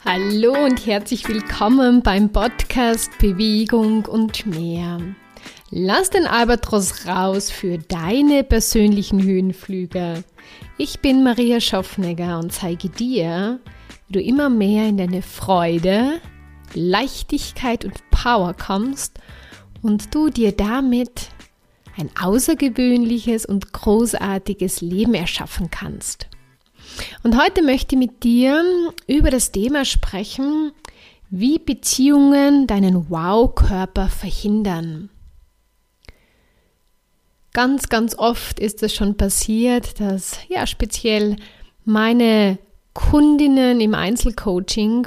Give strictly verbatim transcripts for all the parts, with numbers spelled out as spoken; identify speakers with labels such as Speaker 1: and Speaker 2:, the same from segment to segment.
Speaker 1: Hallo und herzlich willkommen beim Podcast Bewegung und mehr. Lass den Albatros raus für deine persönlichen Höhenflüge. Ich bin Maria Schaffnegger und zeige dir, wie du immer mehr in deine Freude, Leichtigkeit und Power kommst und du dir damit ein außergewöhnliches und großartiges Leben erschaffen kannst. Und heute möchte ich mit dir über das Thema sprechen, wie Beziehungen deinen Wow-Körper verhindern. Ganz, ganz oft ist es schon passiert, dass ja speziell meine Kundinnen im Einzelcoaching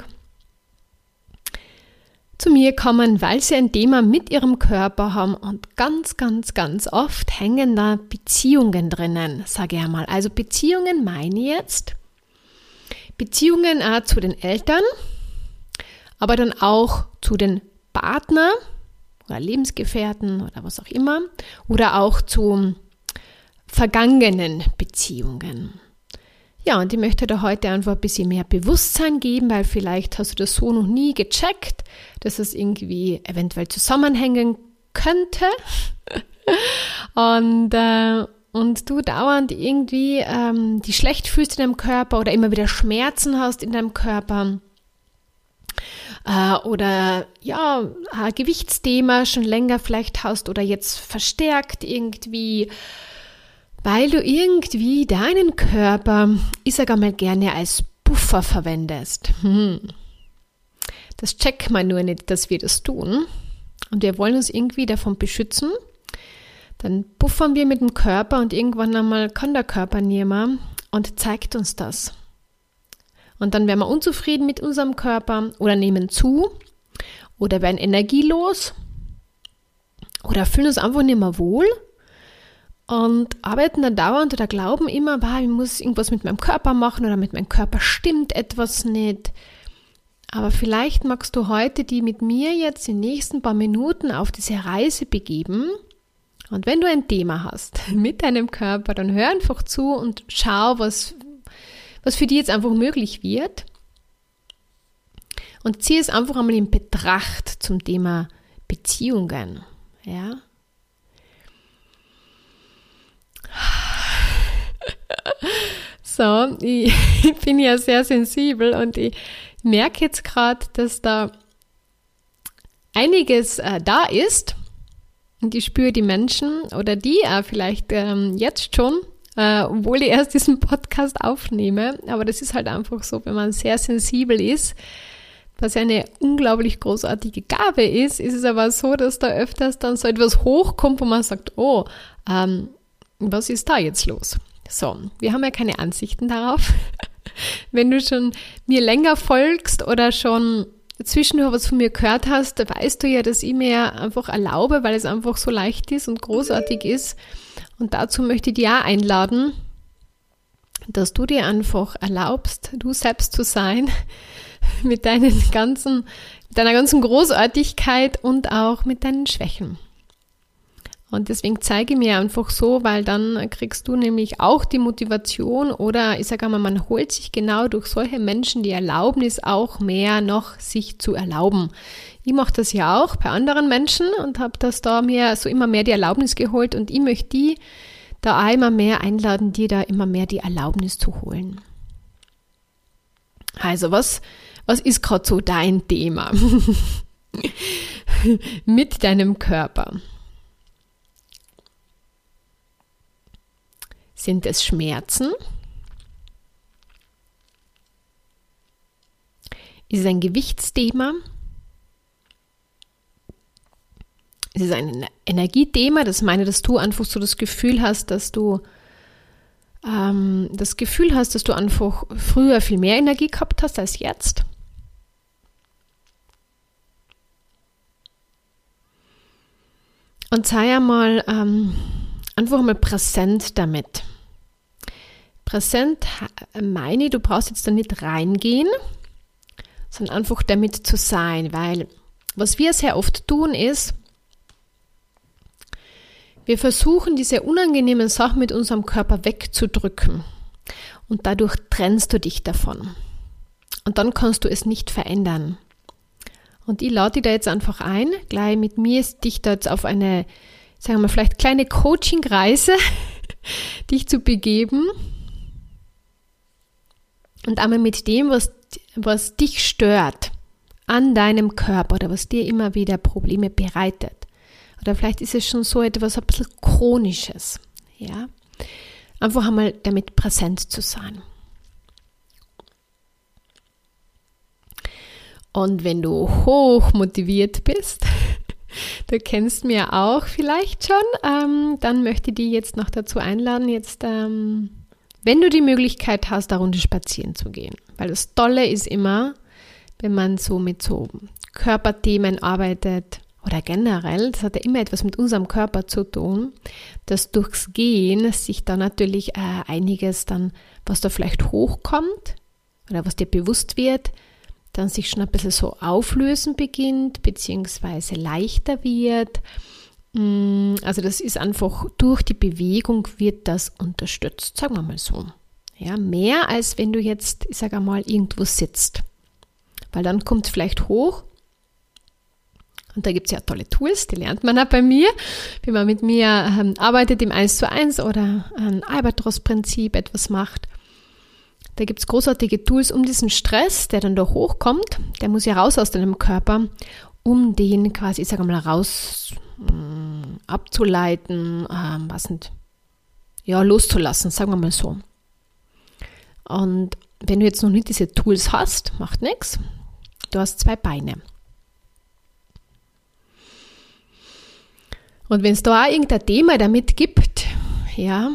Speaker 1: zu mir kommen, weil sie ein Thema mit ihrem Körper haben und ganz, ganz, ganz oft hängen da Beziehungen drinnen, sage ich einmal. Also Beziehungen meine ich jetzt, Beziehungen auch zu den Eltern, aber dann auch zu den Partnern oder Lebensgefährten oder was auch immer oder auch zu vergangenen Beziehungen. Ja, und ich möchte da heute einfach ein bisschen mehr Bewusstsein geben, weil vielleicht hast du das so noch nie gecheckt, dass es irgendwie eventuell zusammenhängen könnte und, äh, und du dauernd irgendwie ähm, dich schlecht fühlst in deinem Körper oder immer wieder Schmerzen hast in deinem Körper äh, oder ja, ein Gewichtsthema schon länger vielleicht hast oder jetzt verstärkt irgendwie, weil du irgendwie deinen Körper, ich sage einmal gerne, als Puffer verwendest. Hm. Das checkt man nur nicht, dass wir das tun. Und wir wollen uns irgendwie davon beschützen. Dann puffern wir mit dem Körper und irgendwann einmal kann der Körper nicht mehr und zeigt uns das. Und dann werden wir unzufrieden mit unserem Körper oder nehmen zu oder werden energielos oder fühlen uns einfach nicht mehr wohl. Und arbeiten dann dauernd oder glauben immer, bah, ich muss irgendwas mit meinem Körper machen oder mit meinem Körper stimmt etwas nicht. Aber vielleicht magst du heute die mit mir jetzt die nächsten paar Minuten auf diese Reise begeben. Und wenn du ein Thema hast mit deinem Körper, dann hör einfach zu und schau, was, was für dich jetzt einfach möglich wird. Und zieh es einfach einmal in Betracht zum Thema Beziehungen. Ja. So, ich, ich bin ja sehr sensibel und ich merke jetzt gerade, dass da einiges äh, da ist und ich spüre die Menschen oder die äh, vielleicht ähm, jetzt schon, äh, obwohl ich erst diesen Podcast aufnehme, aber das ist halt einfach so, wenn man sehr sensibel ist, was eine unglaublich großartige Gabe ist, ist es aber so, dass da öfters dann so etwas hochkommt, wo man sagt, oh, ähm, was ist da jetzt los? So, wir haben ja keine Ansichten darauf. Wenn du schon mir länger folgst oder schon zwischendurch was von mir gehört hast, weißt du ja, dass ich mir einfach erlaube, weil es einfach so leicht ist und großartig ist. Und dazu möchte ich dich auch einladen, dass du dir einfach erlaubst, du selbst zu sein, mit deinen ganzen, mit deiner ganzen Großartigkeit und auch mit deinen Schwächen. Und deswegen zeige ich mir einfach so, weil dann kriegst du nämlich auch die Motivation oder ich sage einmal, man holt sich genau durch solche Menschen die Erlaubnis auch mehr noch sich zu erlauben. Ich mache das ja auch bei anderen Menschen und habe das da mir so immer mehr die Erlaubnis geholt und ich möchte die da auch immer mehr einladen, dir da immer mehr die Erlaubnis zu holen. Also was, was ist gerade so dein Thema mit deinem Körper? Sind es Schmerzen? Ist es ein Gewichtsthema? Ist es ein Energiethema? Das meine, dass du einfach so das Gefühl hast, dass du ähm, das Gefühl hast, dass du einfach früher viel mehr Energie gehabt hast als jetzt. Und sei einmal ähm, einfach mal präsent damit. Präsent meine, du brauchst jetzt da nicht reingehen, sondern einfach damit zu sein, weil was wir sehr oft tun ist, wir versuchen diese unangenehmen Sachen mit unserem Körper wegzudrücken und dadurch trennst du dich davon. und dann kannst du es nicht verändern. Und ich lade dich da jetzt einfach ein, gleich mit mir dich da jetzt auf eine, sagen wir mal, vielleicht kleine Coaching-Reise, dich zu begeben und einmal mit dem, was, was dich stört an deinem Körper oder was dir immer wieder Probleme bereitet. Oder vielleicht ist es schon so etwas ein bisschen Chronisches. Ja? Einfach einmal damit präsent zu sein. Und wenn du hoch motiviert bist, du kennst mir auch vielleicht schon, ähm, dann möchte ich dich jetzt noch dazu einladen, jetzt, ähm, wenn du die Möglichkeit hast, eine Runde spazieren zu gehen. Weil das Tolle ist immer, wenn man so mit so Körperthemen arbeitet oder generell, das hat ja immer etwas mit unserem Körper zu tun, dass durchs Gehen sich da natürlich äh, einiges dann, was da vielleicht hochkommt oder was dir bewusst wird, dann sich schon ein bisschen so auflösen beginnt, beziehungsweise leichter wird. Also das ist einfach, durch die Bewegung wird das unterstützt, sagen wir mal so. Ja, mehr als wenn du jetzt, ich sage einmal, irgendwo sitzt. Weil dann kommt es vielleicht hoch. Und da gibt es ja tolle Tools, die lernt man auch bei mir, wie man mit mir ähm, arbeitet im eins zu eins oder ein Albatros-Prinzip etwas macht. Da gibt es großartige Tools, um diesen Stress, der dann da hochkommt, der muss ja raus aus deinem Körper, um den quasi, ich sage mal, raus mh, abzuleiten, ähm, was nicht, ja, loszulassen, sagen wir mal so. Und wenn du jetzt noch nicht diese Tools hast, macht nichts. Du hast zwei Beine. Und wenn es da auch irgendein Thema damit gibt, ja,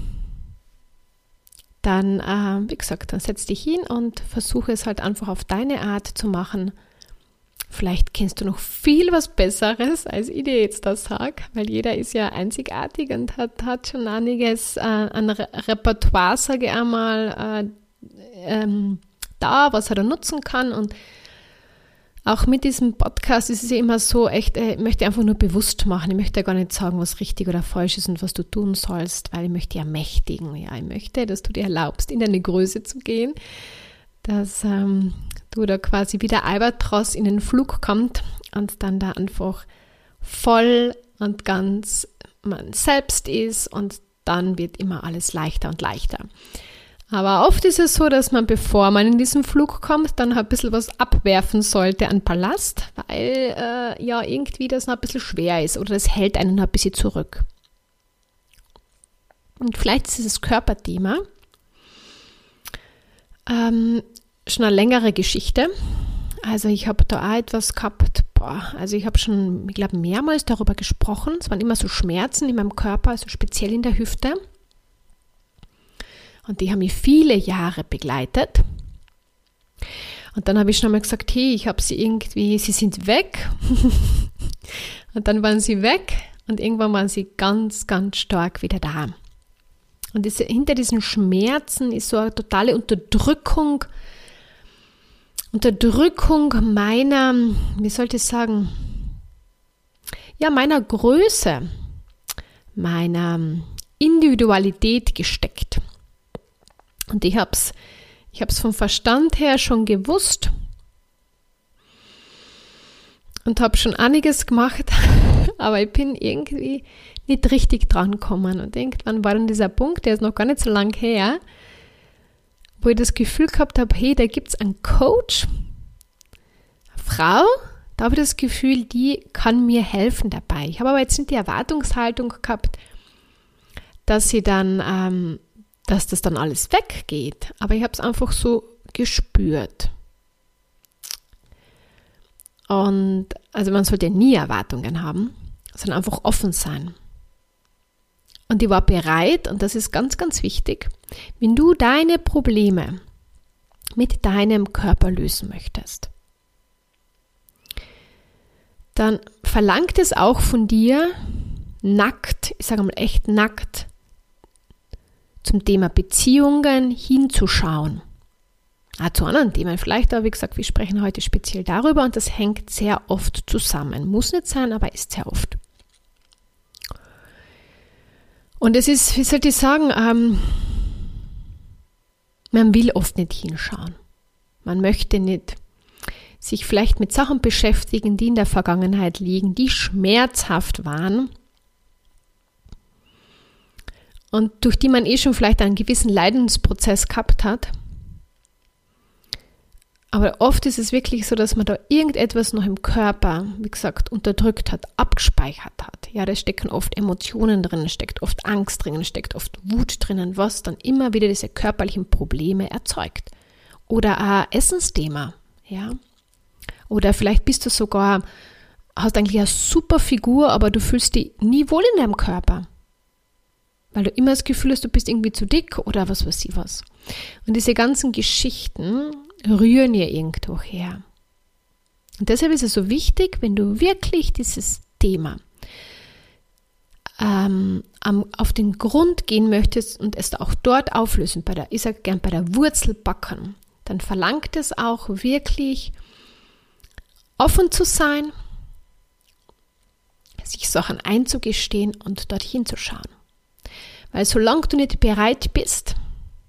Speaker 1: dann, äh, wie gesagt, dann setz dich hin und versuche es halt einfach auf deine Art zu machen. Vielleicht kennst du noch viel was Besseres, als ich dir jetzt das sage, weil jeder ist ja einzigartig und hat, hat schon einiges äh, an Re- Repertoire, sage ich einmal, äh, ähm, da, was er da nutzen kann. Und auch mit diesem Podcast ist es ja immer so, echt, ich möchte einfach nur bewusst machen. Ich möchte ja gar nicht sagen, was richtig oder falsch ist und was du tun sollst, weil ich möchte ja mächtigen. Ja, ich möchte, dass du dir erlaubst, in deine Größe zu gehen, dass ähm, du da quasi wie der Albatros in den Flug kommt und dann da einfach voll und ganz man selbst ist und dann wird immer alles leichter und leichter. Aber oft ist es so, dass man, bevor man in diesen Flug kommt, dann ein bisschen was abwerfen sollte an Ballast, weil äh, ja irgendwie das noch ein bisschen schwer ist oder das hält einen noch ein bisschen zurück. Und vielleicht ist dieses Körperthema ähm, schon eine längere Geschichte. Also ich habe da auch etwas gehabt, boah, also ich habe schon, ich glaube, mehrmals darüber gesprochen. Es waren immer so Schmerzen in meinem Körper, also speziell in der Hüfte. Und die haben mich viele Jahre begleitet. Und dann habe ich schon einmal gesagt, hey, ich habe sie irgendwie, sie sind weg. Und dann waren sie weg und irgendwann waren sie ganz, ganz stark wieder da. Und diese, hinter diesen Schmerzen ist so eine totale Unterdrückung, Unterdrückung meiner, wie sollte ich sagen, ja, meiner Größe, meiner Individualität gesteckt. Und ich habe es ich hab's vom Verstand her schon gewusst und habe schon einiges gemacht, aber ich bin irgendwie nicht richtig dran gekommen. Und irgendwann war dann dieser Punkt, der ist noch gar nicht so lang her, wo ich das Gefühl gehabt habe, hey, da gibt es einen Coach, eine Frau, da habe ich das Gefühl, die kann mir helfen dabei. Ich habe aber jetzt nicht die Erwartungshaltung gehabt, dass sie dann... Ähm, dass das dann alles weggeht. Aber ich habe es einfach so gespürt. Und also man sollte nie Erwartungen haben, sondern einfach offen sein. Und ich war bereit, und das ist ganz, ganz wichtig, wenn du deine Probleme mit deinem Körper lösen möchtest, dann verlangt es auch von dir, nackt, ich sage mal echt nackt, zum Thema Beziehungen hinzuschauen. Ah, zu anderen Themen vielleicht, aber wie gesagt, wir sprechen heute speziell darüber und das hängt sehr oft zusammen. Muss nicht sein, aber ist sehr oft. Und es ist, wie soll ich sagen, ähm, man will oft nicht hinschauen. Man möchte nicht sich vielleicht mit Sachen beschäftigen, die in der Vergangenheit liegen, die schmerzhaft waren und durch die man eh schon vielleicht einen gewissen Leidensprozess gehabt hat. Aber oft ist es wirklich so, dass man da irgendetwas noch im Körper, wie gesagt, unterdrückt hat, abgespeichert hat. Ja, da stecken oft Emotionen drin, steckt oft Angst drin, steckt oft Wut drinnen, was dann immer wieder diese körperlichen Probleme erzeugt. Oder ein Essensthema, ja. Oder vielleicht bist du sogar, hast eigentlich eine super Figur, aber du fühlst dich nie wohl in deinem Körper. Weil du immer das Gefühl hast, du bist irgendwie zu dick oder was weiß ich was. Und diese ganzen Geschichten rühren ja irgendwo her. Und deshalb ist es so wichtig, wenn du wirklich dieses Thema ähm, auf den Grund gehen möchtest und es auch dort auflösen, bei der, ich sage gern bei der Wurzel backen, dann verlangt es auch wirklich offen zu sein, sich Sachen einzugestehen und dorthin zu schauen. Weil solange du nicht bereit bist,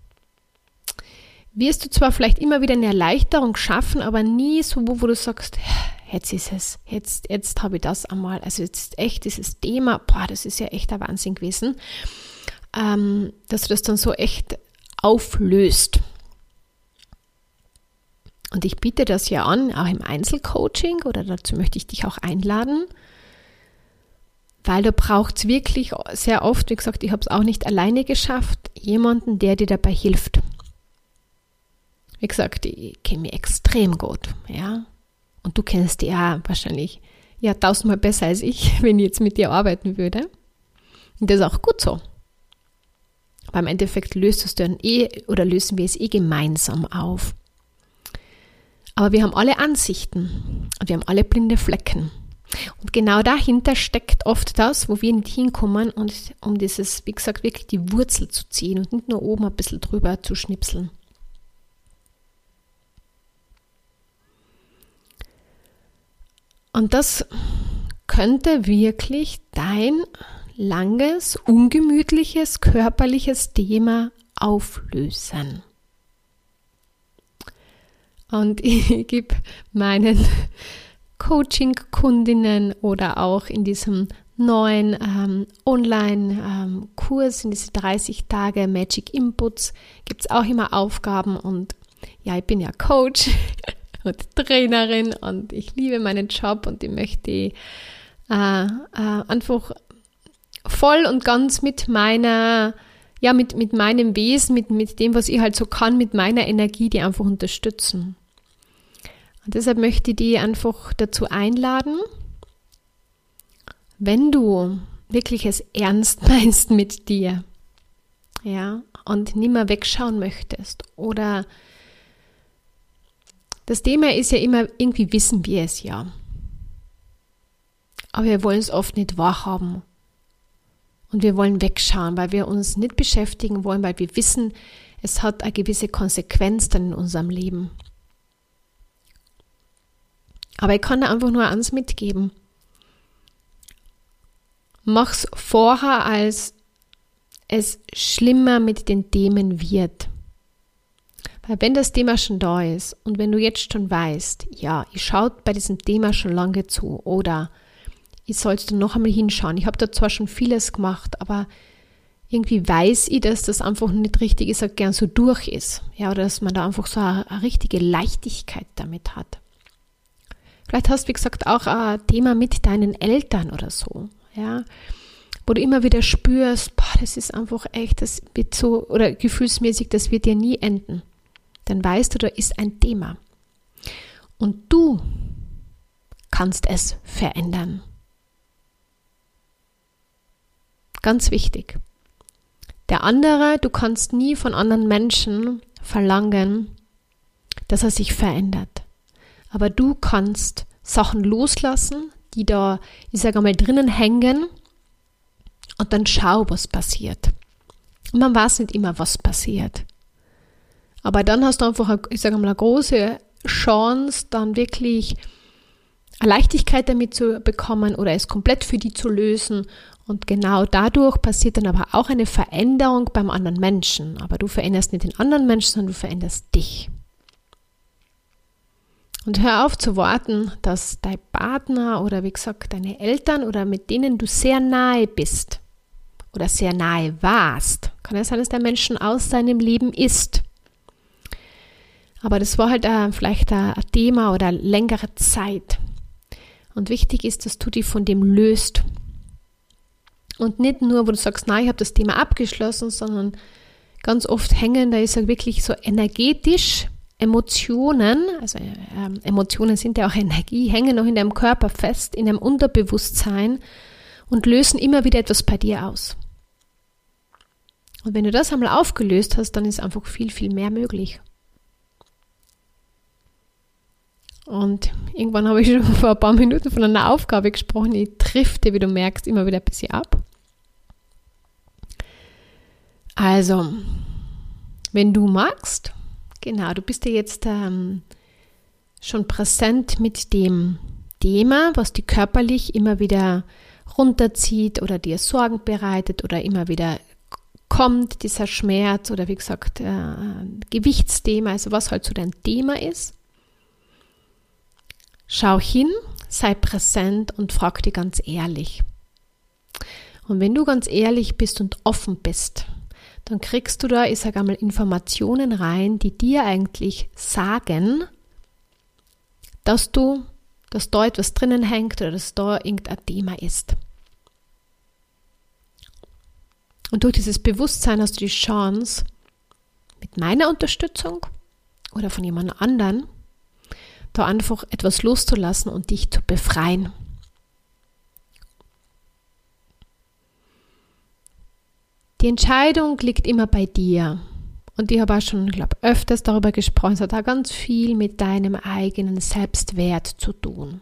Speaker 1: wirst du zwar vielleicht immer wieder eine Erleichterung schaffen, aber nie so, wo, wo du sagst, jetzt ist es, jetzt, jetzt habe ich das einmal, also jetzt echt dieses Thema, boah, das ist ja echt ein Wahnsinn gewesen, ähm, dass du das dann so echt auflöst. Und ich biete das ja an, auch im Einzelcoaching, oder dazu möchte ich dich auch einladen, weil da braucht es wirklich sehr oft, wie gesagt, ich habe es auch nicht alleine geschafft, jemanden, der dir dabei hilft. Wie gesagt, ich kenne mich extrem gut, ja, und du kennst dich ja wahrscheinlich ja tausendmal besser als ich, wenn ich jetzt mit dir arbeiten würde. Und das ist auch gut so. Aber im Endeffekt löst es dann eh, oder lösen wir es eh gemeinsam auf. Aber wir haben alle Ansichten und wir haben alle blinde Flecken. Und genau dahinter steckt oft das, wo wir nicht hinkommen, und um dieses, wie gesagt, wirklich die Wurzel zu ziehen und nicht nur oben ein bisschen drüber zu schnipseln. Und das könnte wirklich dein langes, ungemütliches, körperliches Thema auflösen. Und ich gebe meinen Coaching-Kundinnen oder auch in diesem neuen ähm, Online-Kurs, in diese dreißig Tage Magic Inputs, gibt es auch immer Aufgaben. Und ja, ich bin ja Coach und Trainerin und ich liebe meinen Job und ich möchte äh, äh, einfach voll und ganz mit meiner Ja, mit, mit meinem Wesen, mit, mit dem, was ich halt so kann, mit meiner Energie, die einfach unterstützen. Und deshalb möchte ich dich einfach dazu einladen, wenn du wirklich es ernst meinst mit dir, ja, und nicht mehr wegschauen möchtest, oder das Thema ist ja immer, irgendwie wissen wir es ja, aber wir wollen es oft nicht wahrhaben. Und wir wollen wegschauen, weil wir uns nicht beschäftigen wollen, weil wir wissen, es hat eine gewisse Konsequenz dann in unserem Leben. Aber ich kann dir einfach nur eins mitgeben. Mach's vorher, als es schlimmer mit den Themen wird. Weil wenn das Thema schon da ist und wenn du jetzt schon weißt, ja, ich schaue bei diesem Thema schon lange zu, oder ich sollst du noch einmal hinschauen. Ich habe da zwar schon vieles gemacht, aber irgendwie weiß ich, dass das einfach nicht richtig, ich sage gern, so durch ist. Ja, oder dass man da einfach so eine, eine richtige Leichtigkeit damit hat. Vielleicht hast du, wie gesagt, auch ein Thema mit deinen Eltern oder so, ja, wo du immer wieder spürst, boah, das ist einfach echt, das wird so, oder gefühlsmäßig, das wird dir nie enden. Dann weißt du, da ist ein Thema. Und du kannst es verändern. Ganz wichtig. Der andere, du kannst nie von anderen Menschen verlangen, dass er sich verändert. Aber du kannst Sachen loslassen, die da, ich sage mal, drinnen hängen, und dann schau, was passiert. Und man weiß nicht immer, was passiert. Aber dann hast du einfach, ich sage mal, eine große Chance, dann wirklich eine Leichtigkeit damit zu bekommen oder es komplett für die zu lösen. Und genau dadurch passiert dann aber auch eine Veränderung beim anderen Menschen. Aber du veränderst nicht den anderen Menschen, sondern du veränderst dich. Und hör auf zu warten, dass dein Partner oder wie gesagt deine Eltern oder mit denen du sehr nahe bist oder sehr nahe warst, kann ja sein, dass der Mensch schon aus deinem Leben ist. Aber das war halt äh, vielleicht ein, ein Thema oder längere Zeit. Und wichtig ist, dass du dich von dem löst. Und nicht nur, wo du sagst, nein, ich habe das Thema abgeschlossen, sondern ganz oft hängen, da ist ja wirklich so energetisch Emotionen, also äh, Emotionen sind ja auch Energie, hängen noch in deinem Körper fest, in deinem Unterbewusstsein und lösen immer wieder etwas bei dir aus. Und wenn du das einmal aufgelöst hast, dann ist einfach viel, viel mehr möglich. Und irgendwann habe ich schon vor ein paar Minuten von einer Aufgabe gesprochen, die drifte, wie du merkst, immer wieder ein bisschen ab. Also, wenn du magst, genau, du bist ja jetzt ähm, schon präsent mit dem Thema, was dich körperlich immer wieder runterzieht oder dir Sorgen bereitet oder immer wieder kommt, dieser Schmerz oder wie gesagt, äh, Gewichtsthema, also was halt so dein Thema ist. Schau hin, sei präsent und frag dich ganz ehrlich. Und wenn du ganz ehrlich bist und offen bist, dann kriegst du da, ich sage einmal, Informationen rein, die dir eigentlich sagen, dass du, dass da etwas drinnen hängt oder dass da irgendein Thema ist. Und durch dieses Bewusstsein hast du die Chance, mit meiner Unterstützung oder von jemand anderen, da einfach etwas loszulassen und dich zu befreien. Die Entscheidung liegt immer bei dir. Und ich habe auch schon, glaube ich, öfters darüber gesprochen. Es hat auch ganz viel mit deinem eigenen Selbstwert zu tun.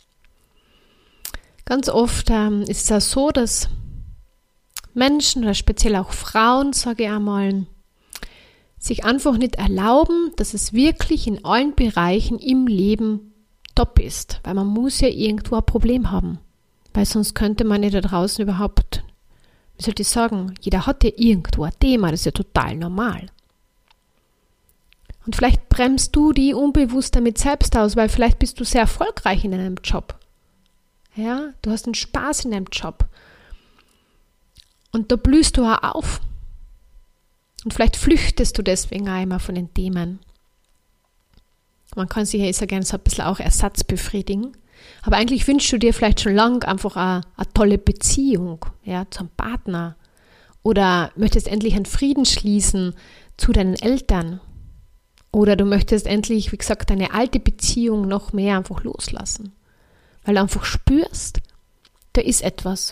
Speaker 1: Ganz oft ähm, ist es ja so, dass Menschen oder speziell auch Frauen, sage ich einmal, sich einfach nicht erlauben, dass es wirklich in allen Bereichen im Leben top ist. Weil man muss ja irgendwo ein Problem haben. Weil sonst könnte man ja da draußen überhaupt, wie soll ich sagen, jeder hat ja irgendwo ein Thema, das ist ja total normal. Und vielleicht bremst du die unbewusst damit selbst aus, weil vielleicht bist du sehr erfolgreich in deinem Job. Ja, du hast einen Spaß in deinem Job. Und da blühst du auch auf. Und vielleicht flüchtest du deswegen auch immer von den Themen. Man kann sich ja sehr gerne so ein bisschen auch Ersatz befriedigen. Aber eigentlich wünschst du dir vielleicht schon lange einfach eine, eine tolle Beziehung, ja, zum Partner. Oder möchtest endlich einen Frieden schließen zu deinen Eltern. Oder du möchtest endlich, wie gesagt, deine alte Beziehung noch mehr einfach loslassen. Weil du einfach spürst, da ist etwas.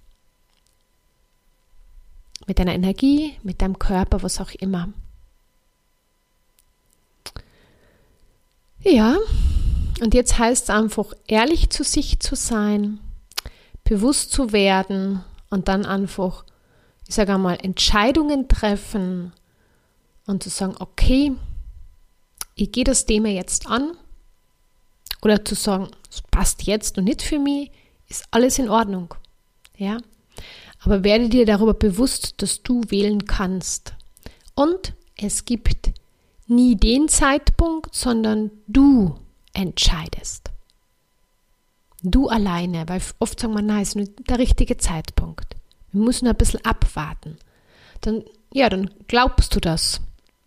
Speaker 1: Mit deiner Energie, mit deinem Körper, was auch immer. Ja, und jetzt heißt es einfach, ehrlich zu sich zu sein, bewusst zu werden und dann einfach, ich sage einmal, Entscheidungen treffen und zu sagen, okay, ich gehe das Thema jetzt an. Oder zu sagen, es passt jetzt und nicht für mich, ist alles in Ordnung. Ja. Aber werde dir darüber bewusst, dass du wählen kannst. Und es gibt nie den Zeitpunkt, sondern du entscheidest. Du alleine, weil oft sagen wir, nein, es ist nicht der richtige Zeitpunkt. Wir müssen ein bisschen abwarten. Dann, ja, dann glaubst du das.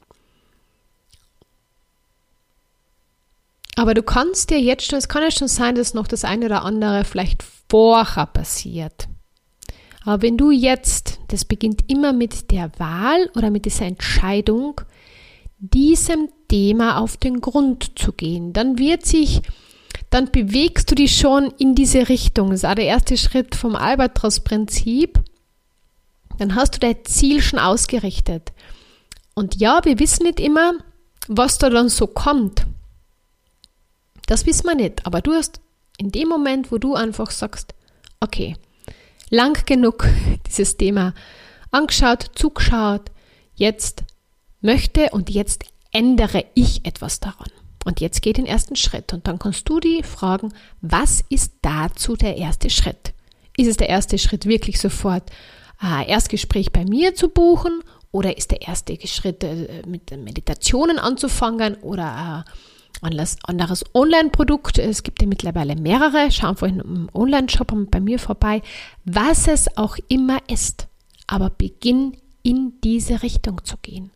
Speaker 1: Aber du kannst dir jetzt schon, es kann ja schon sein, dass noch das eine oder andere vielleicht vorher passiert. Aber wenn du jetzt, das beginnt immer mit der Wahl oder mit dieser Entscheidung, diesem Thema auf den Grund zu gehen, dann wird sich, dann bewegst du dich schon in diese Richtung. Das ist auch der erste Schritt vom Albatros-Prinzip. Dann hast du dein Ziel schon ausgerichtet. Und ja, wir wissen nicht immer, was da dann so kommt. Das wissen wir nicht. Aber du hast in dem Moment, wo du einfach sagst, okay, lang genug dieses Thema angeschaut, zugeschaut, jetzt möchte und jetzt ändere ich etwas daran. Und jetzt geht den ersten Schritt und dann kannst du die fragen, was ist dazu der erste Schritt? Ist es der erste Schritt wirklich sofort ein Erstgespräch bei mir zu buchen oder ist der erste Schritt mit Meditationen anzufangen oder anderes Online-Produkt. Es gibt ja mittlerweile mehrere. Schau vorhin im Online-Shop bei mir vorbei. Was es auch immer ist. Aber beginn in diese Richtung zu gehen.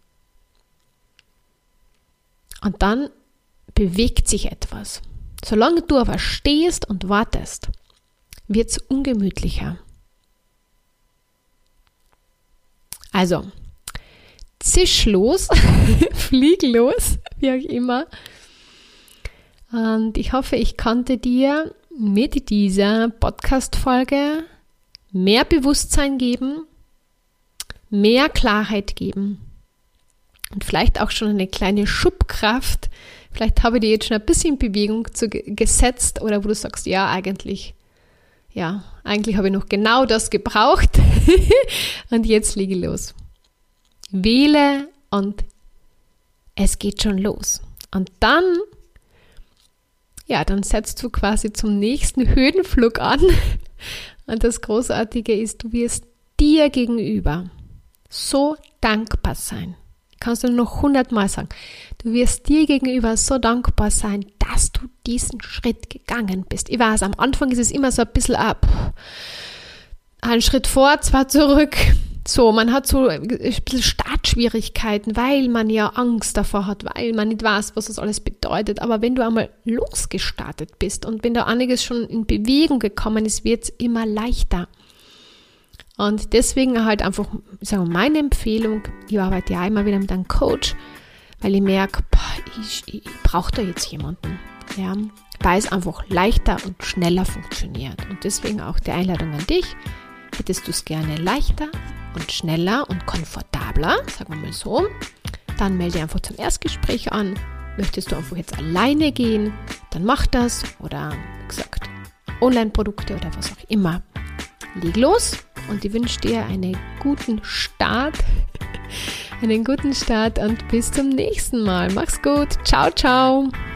Speaker 1: Und dann bewegt sich etwas. Solange du aber stehst und wartest, wird es ungemütlicher. Also, zisch los, flieg los, wie auch immer. Und ich hoffe, ich konnte dir mit dieser Podcast-Folge mehr Bewusstsein geben, mehr Klarheit geben und vielleicht auch schon eine kleine Schubkraft. Vielleicht habe ich dir jetzt schon ein bisschen in Bewegung zu, gesetzt oder wo du sagst, ja, eigentlich, ja, eigentlich habe ich noch genau das gebraucht und jetzt lege ich los. Wähle und es geht schon los. Und dann, ja, dann setzt du quasi zum nächsten Höhenflug an. Und das Großartige ist, du wirst dir gegenüber so dankbar sein. Kannst du noch hundertmal sagen. Du wirst dir gegenüber so dankbar sein, dass du diesen Schritt gegangen bist. Ich weiß, am Anfang ist es immer so ein bisschen ab. Ein Schritt vor, zwei zurück. So, man hat so ein bisschen Startschwierigkeiten, weil man ja Angst davor hat, weil man nicht weiß, was das alles bedeutet. Aber wenn du einmal losgestartet bist und wenn da einiges schon in Bewegung gekommen ist, wird es immer leichter. Und deswegen halt einfach, ich sage mal, meine Empfehlung, ich arbeite ja immer wieder mit einem Coach, weil ich merke, boah, ich, ich brauche da jetzt jemanden, ja, weil es einfach leichter und schneller funktioniert. Und deswegen auch die Einladung an dich, hättest du es gerne leichter und schneller und komfortabler, sagen wir mal so, dann melde dich einfach zum Erstgespräch an. Möchtest du einfach jetzt alleine gehen, dann mach das oder wie gesagt, Online-Produkte oder was auch immer. Leg los und ich wünsche dir einen guten Start, einen guten Start und bis zum nächsten Mal. Mach's gut. Ciao, ciao.